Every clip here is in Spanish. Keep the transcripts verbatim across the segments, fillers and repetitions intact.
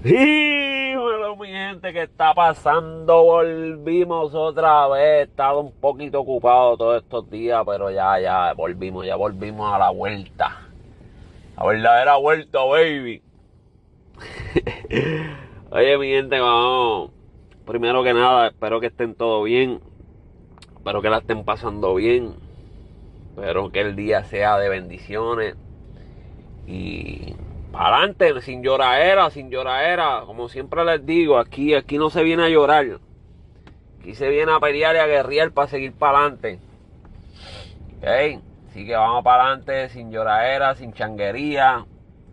Dímelo, mi gente, ¿qué está pasando? Volvimos otra vez. He estado un poquito ocupado todos estos días, pero ya, ya volvimos, ya volvimos a la vuelta. La verdadera vuelta, baby. Oye, mi gente, vamos. Primero que nada, espero que estén todo bien. Espero que la estén pasando bien. Espero que el día sea de bendiciones. Y para adelante, sin lloradera, sin lloradera. Como siempre les digo, aquí, aquí no se viene a llorar. Aquí se viene a pelear y a guerrear para seguir para adelante. ¿Ok? Así que vamos para adelante, sin lloradera, sin changuería.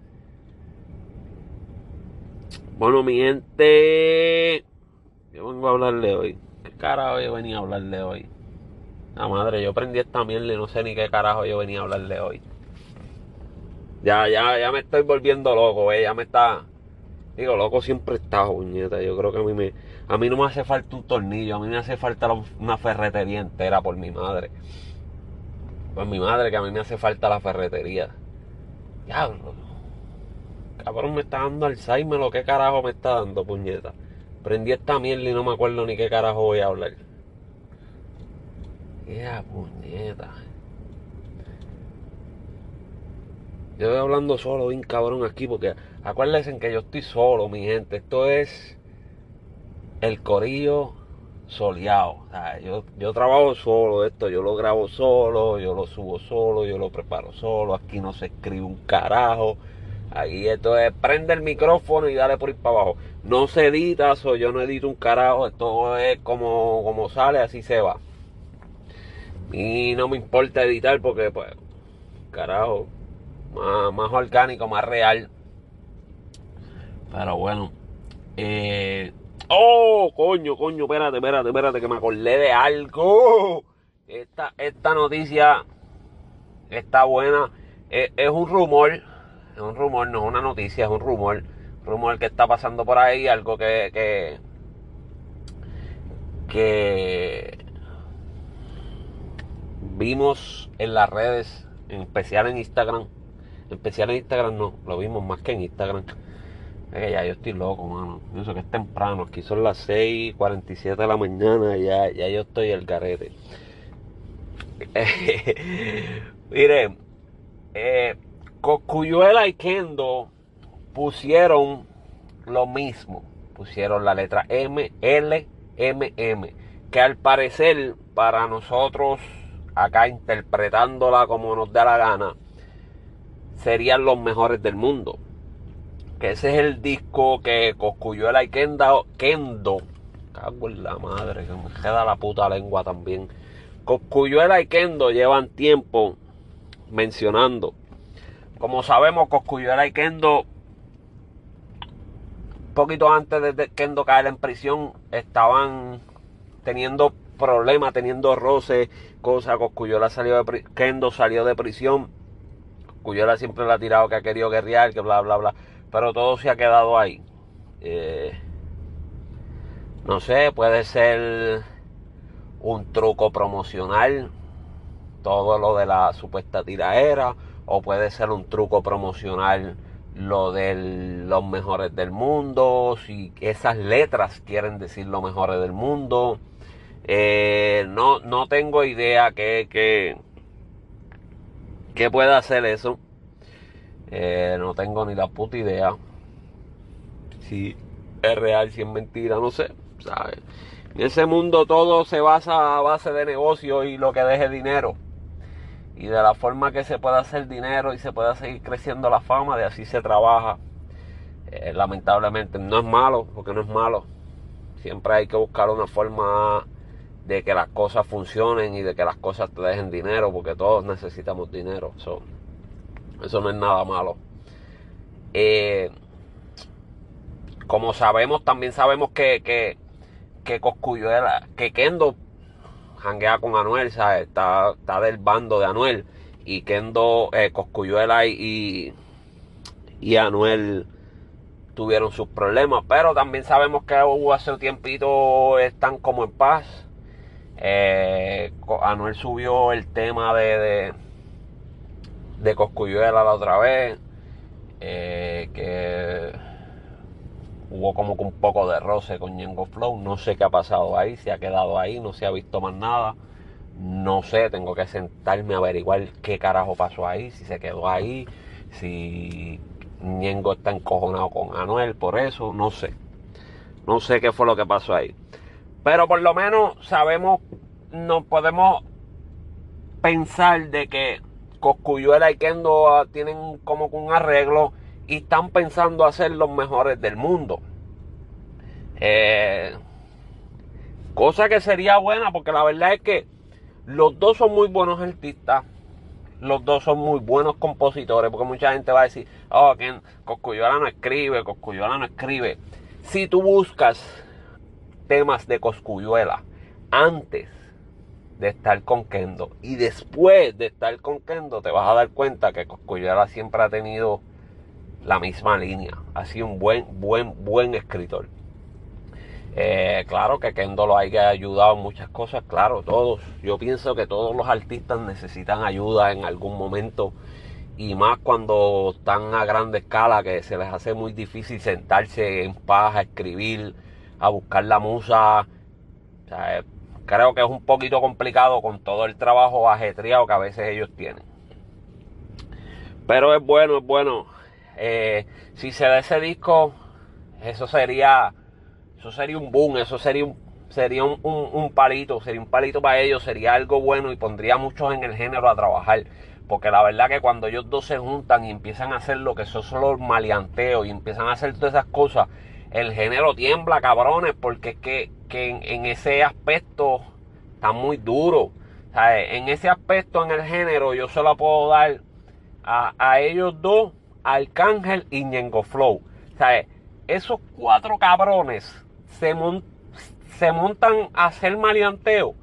Bueno, mi gente, yo vengo a hablarle hoy. ¿Qué carajo yo venía a hablarle hoy? La madre, yo prendí esta mierda y no sé ni qué carajo yo venía a hablarle hoy. Ya, ya, ya me estoy volviendo loco, eh. Ya me está... Digo, loco siempre he estado, puñeta. Yo creo que a mí me... A mí no me hace falta un tornillo. A mí me hace falta una ferretería entera por mi madre. Por mi madre, que a mí me hace falta la ferretería. Diablo. Cabrón, me está dando Alzheimer. ¿Lo qué carajo me está dando, puñeta? Prendí esta mierda y no me acuerdo ni qué carajo voy a hablar. Ya, puñeta. Yo voy hablando solo, bien cabrón, aquí, porque acuérdense que yo estoy solo, mi gente. Esto es el corillo soleado. O sea, yo, yo trabajo solo esto, yo lo grabo solo, yo lo subo solo, yo lo preparo solo. Aquí no se escribe un carajo. Aquí esto es prende el micrófono y dale por ir para abajo. No se edita, so yo no edito un carajo. Esto es como, como sale, así se va. Y no me importa editar porque, pues, carajo, más, más orgánico, más real. Pero bueno, eh, oh, coño, coño, espérate, espérate, espérate, que me acordé de algo. Esta, esta noticia está buena. Es, es un rumor, es un rumor, no es una noticia, es un rumor. Rumor que está pasando por ahí, algo que, que, que vimos en las redes, en especial en Instagram. En especial en Instagram no, lo vimos más que en Instagram. Es que ya yo estoy loco, mano. Yo sé que es temprano. Aquí son las seis y cuarenta y siete de la mañana. Ya, ya yo estoy el garete. Mire, eh, Cosculluela y Kendo pusieron lo mismo. Pusieron la letra M, L, M, M. Que al parecer, para nosotros, acá interpretándola como nos da la gana, serían los mejores del mundo. Que ese es el disco que Cosculluela y Kendo, Kendo, cago en la madre, que me queda la puta lengua también. Cosculluela y Kendo llevan tiempo mencionando. Como sabemos, Cosculluela y Kendo, un poquito antes de Kendo caer en prisión, estaban teniendo problemas, teniendo roces, cosas. Cosculluela salió de Kendo salió de prisión. Cosculluela siempre le ha tirado que ha querido guerrear, que bla, bla, bla. Pero todo se ha quedado ahí. Eh, no sé, puede ser un truco promocional, todo lo de la supuesta tiraera, o puede ser un truco promocional lo de los mejores del mundo, si esas letras quieren decir los mejores del mundo. Eh, no, no tengo idea que, que, que pueda hacer eso. Eh, no tengo ni la puta idea si es real, si es mentira, no sé, ¿sabes? En ese mundo todo se basa a base de negocio y lo que deje dinero. Y de la forma que se puede hacer dinero y se puede seguir creciendo la fama, de así se trabaja. Eh, lamentablemente no es malo, porque no es malo. Siempre hay que buscar una forma de que las cosas funcionen y de que las cosas te dejen dinero, porque todos necesitamos dinero. So, eso no es nada malo. Eh, como sabemos, también sabemos que, que, que Cosculluela, que Kendo janguea con Anuel, ¿sabes? Está, está del bando de Anuel. Y Kendo, eh, Cosculluela y, y Anuel tuvieron sus problemas. Pero también sabemos que hubo hace un tiempito, están como en paz. Eh, Anuel subió el tema de, de, de Cosculluela la otra vez. Eh, que hubo como que un poco de roce con Ñengo Flow. No sé qué ha pasado ahí, si ha quedado ahí, no se ha visto más nada. No sé, tengo que sentarme a averiguar qué carajo pasó ahí, si se quedó ahí, si Ñengo está encojonado con Anuel por eso, no sé. No sé qué fue lo que pasó ahí. Pero por lo menos sabemos, no podemos pensar de que Cosculluela y Kendo tienen como que un arreglo y están pensando hacer los mejores del mundo. Eh, cosa que sería buena, porque la verdad es que los dos son muy buenos artistas. Los dos son muy buenos compositores, porque mucha gente va a decir, oh, que Cosculluela no escribe, Cosculluela no escribe. Si tú buscas temas de Cosculluela antes de estar con Kendo y después de estar con Kendo, te vas a dar cuenta que Cosculluela siempre ha tenido la misma línea. Ha sido un buen, buen, buen escritor. Eh, claro que Kendo lo haya ayudado en muchas cosas, claro, todos. Yo pienso que todos los artistas necesitan ayuda en algún momento, y más cuando están a grande escala, que se les hace muy difícil sentarse en paz a escribir, a buscar la musa. O sea, eh, creo que es un poquito complicado con todo el trabajo ajetreado que a veces ellos tienen. Pero es bueno, es bueno. Eh, si se da ese disco, eso sería... Eso sería un boom, eso sería un, sería un, un, un palito, sería un palito para ellos, sería algo bueno y pondría a muchos en el género a trabajar. Porque la verdad que cuando ellos dos se juntan y empiezan a hacer lo que son los maleanteos y empiezan a hacer todas esas cosas, el género tiembla, cabrones, porque es que, que en, en ese aspecto está muy duro. ¿Sabes? En ese aspecto, en el género, yo se lo puedo dar a, a ellos dos, Arcángel y Ñengo Flow. ¿Sabes? Esos cuatro cabrones se, mon, se montan a hacer maleanteo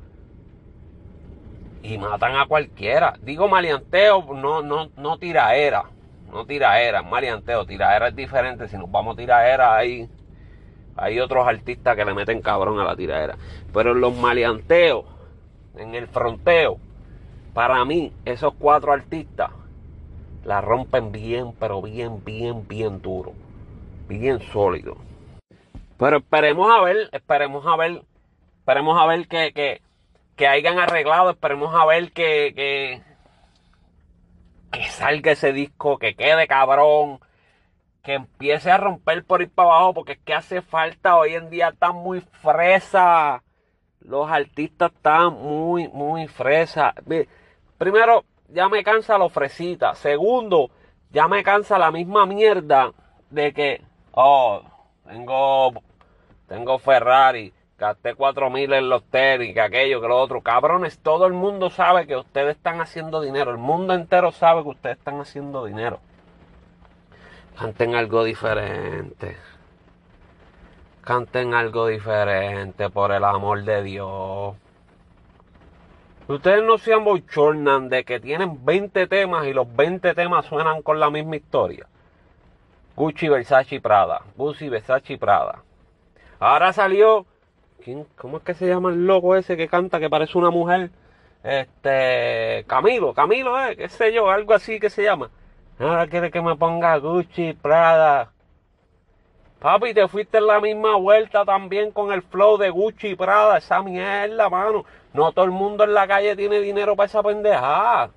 y matan a cualquiera. Digo maleanteo, no, no, no tiraera. No tiraera, maleanteo. Tiraera es diferente. Si nos vamos a tiraera, hay, hay otros artistas que le meten cabrón a la tiraera. Pero en los maleanteos, en el fronteo, para mí, esos cuatro artistas la rompen bien, pero bien, bien, bien duro. Bien sólido. Pero esperemos a ver, esperemos a ver, esperemos a ver que, que, que hayan arreglado, esperemos a ver que, que, que salga ese disco, que quede cabrón, que empiece a romper por ir para abajo, porque es que hace falta, hoy en día están muy fresa, los artistas están muy, muy fresa. Primero, ya me cansa la fresita. Segundo, ya me cansa la misma mierda de que, oh, tengo, tengo Ferrari, gasté cuatro mil en los tenis, que aquello, que lo otro. Cabrones, todo el mundo sabe que ustedes están haciendo dinero. El mundo entero sabe que ustedes están haciendo dinero. Canten algo diferente. Canten algo diferente, por el amor de Dios. Ustedes no se abochornan de que tienen veinte temas y los veinte temas suenan con la misma historia. Gucci, Versace y Prada. Gucci, Versace y Prada. Ahora salió... ¿quién? ¿Cómo es que se llama el loco ese que canta que parece una mujer? Este... Camilo, Camilo, eh, qué sé yo, algo así que se llama. Ahora quiere que me ponga Gucci, Prada. Papi, te fuiste en la misma vuelta también con el flow de Gucci y Prada. Esa mierda, mano. No todo el mundo en la calle tiene dinero para esa pendejada.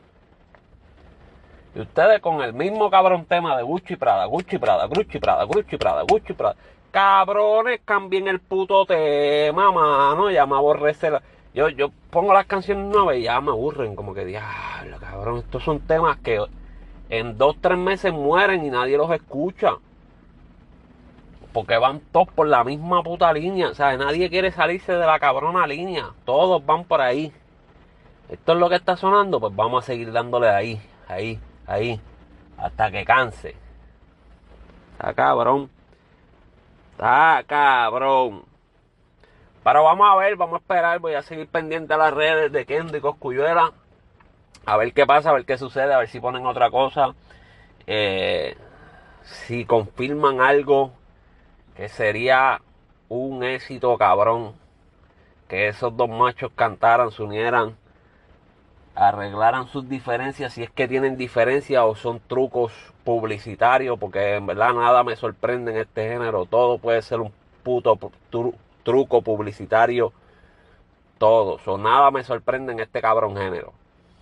Y ustedes con el mismo cabrón tema de Gucci Prada, Gucci Prada, Gucci Prada, Gucci Prada, Gucci Prada. Cabrones, cambien el puto tema, mano. Ya me aborrece. La... Yo, yo pongo las canciones nuevas y ya me aburren. Como que, diablo, cabrón. Estos son temas que en dos, tres meses mueren y nadie los escucha. Porque van todos por la misma puta línea. O sea, nadie quiere salirse de la cabrona línea. Todos van por ahí. Esto es lo que está sonando. Pues vamos a seguir dándole ahí, ahí, ahí. Hasta que canse. Está cabrón. Está cabrón. Pero vamos a ver, vamos a esperar. Voy a seguir pendiente a las redes de Kendo y Cosculluela. A ver qué pasa, a ver qué sucede. A ver si ponen otra cosa. Eh, si confirman algo que sería un éxito cabrón, que esos dos machos cantaran, se unieran. arreglaran sus diferencias, si es que tienen diferencias o son trucos publicitarios, porque en verdad nada me sorprende en este género, todo puede ser un puto tru truco publicitario, todo, o nada me sorprende en este cabrón género.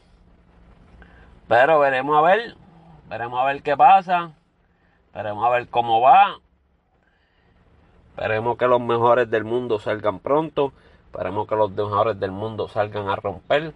Pero veremos a ver, veremos a ver qué pasa, veremos a ver cómo va, esperemos que los mejores del mundo salgan pronto, esperemos que los mejores del mundo salgan a romper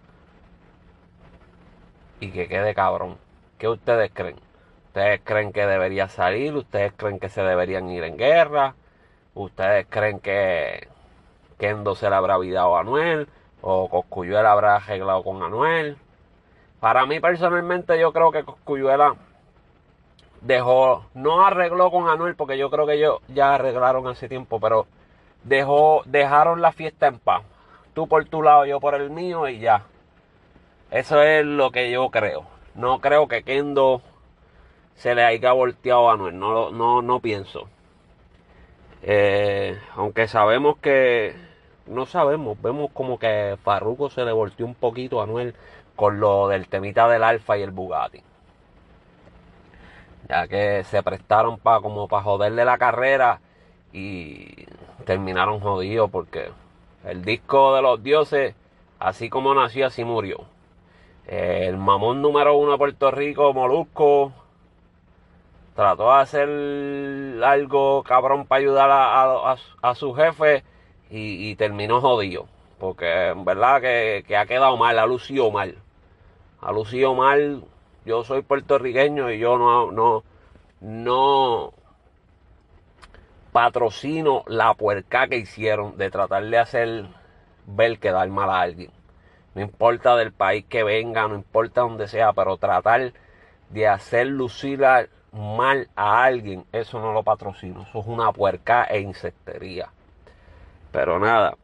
y que quede cabrón. ¿Qué ustedes creen? ¿Ustedes creen que debería salir? ¿Ustedes creen que se deberían ir en guerra? ¿Ustedes creen que Kendo se le habrá virado a Anuel? ¿O Cosculluela habrá arreglado con Anuel? Para mí personalmente yo creo que Cosculluela dejó, no arregló con Anuel porque yo creo que ellos ya arreglaron hace tiempo, pero dejó, dejaron la fiesta en paz. Tú por tu lado, yo por el mío y ya. Eso es lo que yo creo. No creo que Kendo se le haya volteado a Anuel. No, no, no pienso. Eh, aunque sabemos que... No sabemos. Vemos como que Farruko se le volteó un poquito a Anuel con lo del temita del Alfa y el Bugatti. Ya que se prestaron para como para joderle la carrera y terminaron jodidos porque el disco de los dioses, así como nació, así murió. El mamón número uno de Puerto Rico, Molusco, trató de hacer algo cabrón para ayudar a, a, a su jefe y, y terminó jodido. Porque en verdad que, que ha quedado mal, ha lucido mal. Ha lucido mal. Yo soy puertorriqueño y yo no, no, no patrocino la puerca que hicieron de tratar de hacer ver quedar mal a alguien. No importa del país que venga, no importa donde sea, pero tratar de hacer lucir mal a alguien, eso no lo patrocino. Eso es una puerca e insectería. Pero nada,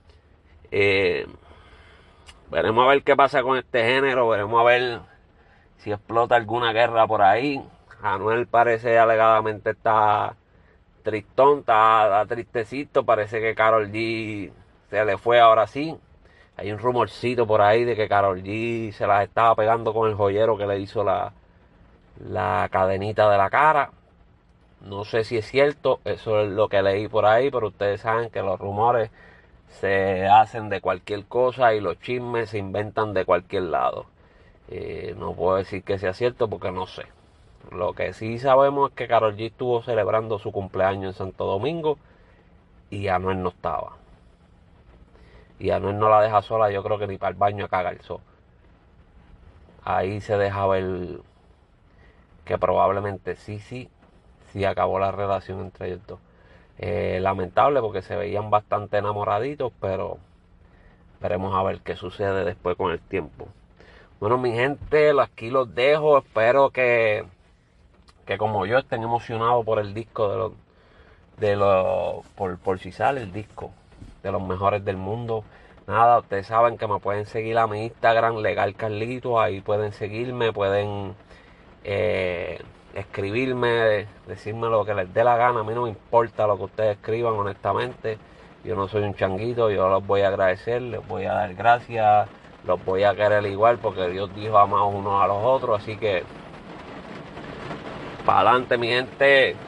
eh, veremos a ver qué pasa con este género, veremos a ver si explota alguna guerra por ahí. Anuel parece alegadamente está tristón, está, está tristecito, parece que Karol G se le fue ahora sí. Hay un rumorcito por ahí de que Karol G se las estaba pegando con el joyero que le hizo la, la cadenita de la cara. No sé si es cierto, eso es lo que leí por ahí, pero ustedes saben que los rumores se hacen de cualquier cosa y los chismes se inventan de cualquier lado. Eh, no puedo decir que sea cierto porque no sé. Lo que sí sabemos es que Karol G estuvo celebrando su cumpleaños en Santo Domingo y Anuel no estaba. Y Anuel no la deja sola, yo creo que ni para el baño a cagar. So, ahí se deja ver que probablemente sí, sí, sí acabó la relación entre ellos dos. Eh, lamentable porque se veían bastante enamoraditos, pero veremos a ver qué sucede después con el tiempo. Bueno, mi gente, aquí los dejo. Espero que, que como yo estén emocionados por el disco de los, de los, por, por si sale el disco de los mejores del mundo. Nada, ustedes saben que me pueden seguir a mi Instagram, Legal Carlito, ahí pueden seguirme, pueden eh, escribirme, decirme lo que les dé la gana, a mí no me importa lo que ustedes escriban, honestamente, yo no soy un changuito, yo los voy a agradecer, les voy a dar gracias, los voy a querer igual, porque Dios dijo amados unos a los otros, así que, para adelante mi gente.